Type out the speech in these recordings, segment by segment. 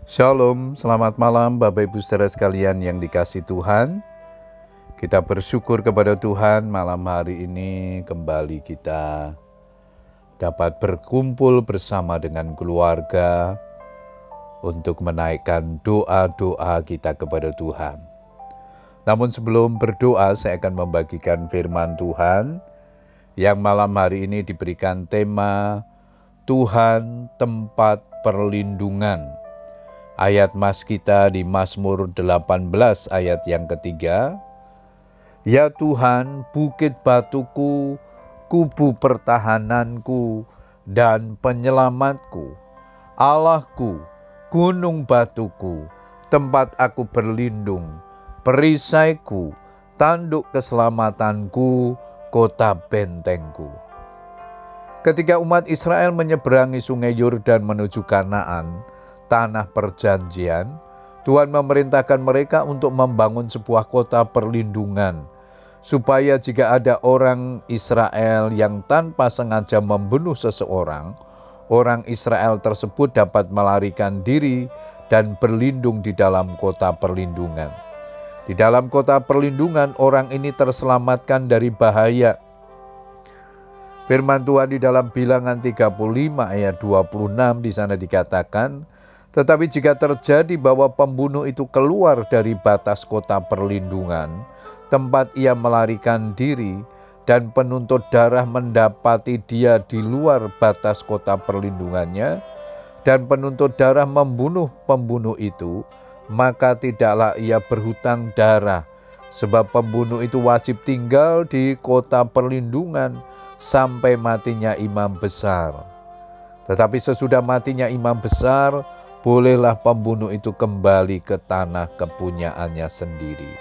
Shalom, selamat malam Bapak Ibu saudara sekalian yang dikasihi Tuhan. Kita bersyukur kepada Tuhan malam hari ini kembali kita dapat berkumpul bersama dengan keluarga untuk menaikkan doa-doa kita kepada Tuhan. Namun sebelum berdoa saya akan membagikan firman Tuhan yang malam hari ini diberikan tema Tuhan tempat perlindungan. Ayat mas kita di Mazmur 18 ayat yang ketiga. Ya Tuhan, bukit batuku, kubu pertahananku, dan penyelamatku. Allahku, gunung batuku, tempat aku berlindung, perisaiku, tanduk keselamatanku, kota bentengku. Ketika umat Israel menyeberangi sungai Yordan menuju Kanaan, tanah perjanjian, Tuhan memerintahkan mereka untuk membangun sebuah kota perlindungan, supaya jika ada orang Israel yang tanpa sengaja membunuh seseorang, orang Israel tersebut dapat melarikan diri dan berlindung di dalam kota perlindungan. Di dalam kota perlindungan, orang ini terselamatkan dari bahaya. Firman Tuhan di dalam Bilangan 35 ayat 26 di sana dikatakan, tetapi jika terjadi bahwa pembunuh itu keluar dari batas kota perlindungan, tempat ia melarikan diri, dan penuntut darah mendapati dia di luar batas kota perlindungannya, dan penuntut darah membunuh pembunuh itu, maka tidaklah ia berhutang darah, sebab pembunuh itu wajib tinggal di kota perlindungan sampai matinya imam besar. Tetapi sesudah matinya imam besar, bolehlah pembunuh itu kembali ke tanah kepunyaannya sendiri.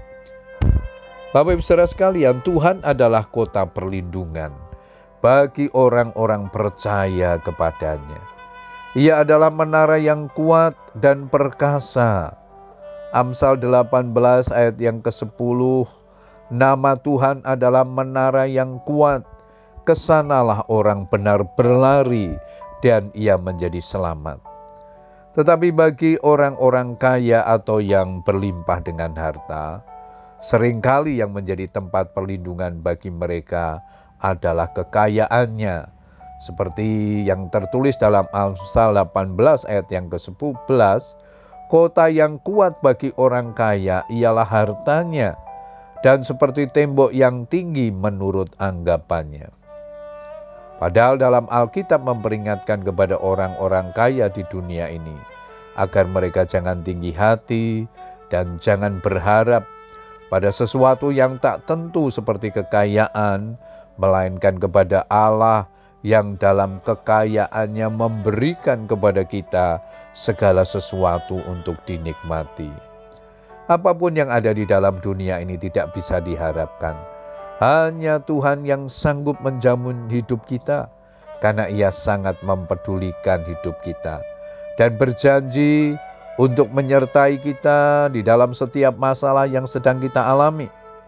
Bapak Ibu saudara sekalian, Tuhan adalah kota perlindungan bagi orang-orang percaya kepadanya. Ia adalah menara yang kuat dan perkasa. Amsal 18 ayat yang ke-10, nama Tuhan adalah menara yang kuat. Kesanalah orang benar berlari dan ia menjadi selamat. Tetapi bagi orang-orang kaya atau yang berlimpah dengan harta, seringkali yang menjadi tempat perlindungan bagi mereka adalah kekayaannya. Seperti yang tertulis dalam Amsal 18 ayat yang ke-11, kota yang kuat bagi orang kaya ialah hartanya, dan seperti tembok yang tinggi menurut anggapannya. Padahal dalam Alkitab memperingatkan kepada orang-orang kaya di dunia ini agar mereka jangan tinggi hati dan jangan berharap pada sesuatu yang tak tentu seperti kekayaan, melainkan kepada Allah yang dalam kekayaannya memberikan kepada kita segala sesuatu untuk dinikmati. Apapun yang ada di dalam dunia ini tidak bisa diharapkan. Hanya Tuhan yang sanggup menjamin hidup kita, karena Ia sangat mempedulikan hidup kita dan berjanji untuk menyertai kita di dalam setiap masalah yang sedang kita alami.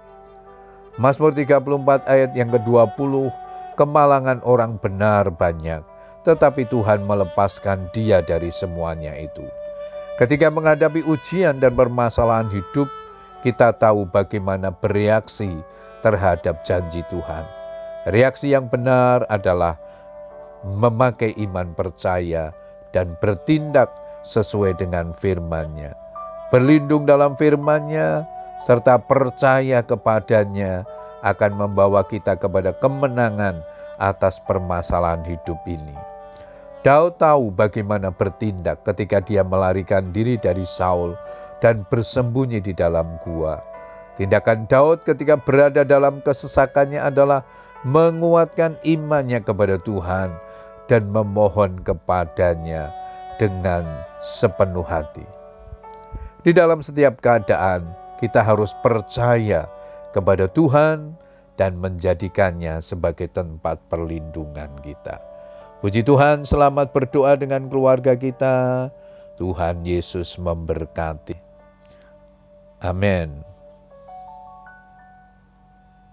Mazmur 34 ayat yang ke-20, kemalangan orang benar banyak, tetapi Tuhan melepaskan dia dari semuanya itu. Ketika menghadapi ujian dan permasalahan hidup, kita tahu bagaimana bereaksi terhadap janji Tuhan. Reaksi yang benar adalah memakai iman percaya dan bertindak sesuai dengan firman-Nya. Berlindung dalam firman-Nya serta percaya kepadanya akan membawa kita kepada kemenangan atas permasalahan hidup ini. Daud tahu bagaimana bertindak ketika dia melarikan diri dari Saul dan bersembunyi di dalam gua. Tindakan Daud ketika berada dalam kesesakannya adalah menguatkan imannya kepada Tuhan dan memohon kepadanya dengan sepenuh hati. Di dalam setiap keadaan, kita harus percaya kepada Tuhan dan menjadikannya sebagai tempat perlindungan kita. Puji Tuhan, selamat berdoa dengan keluarga kita. Tuhan Yesus memberkati. Amin.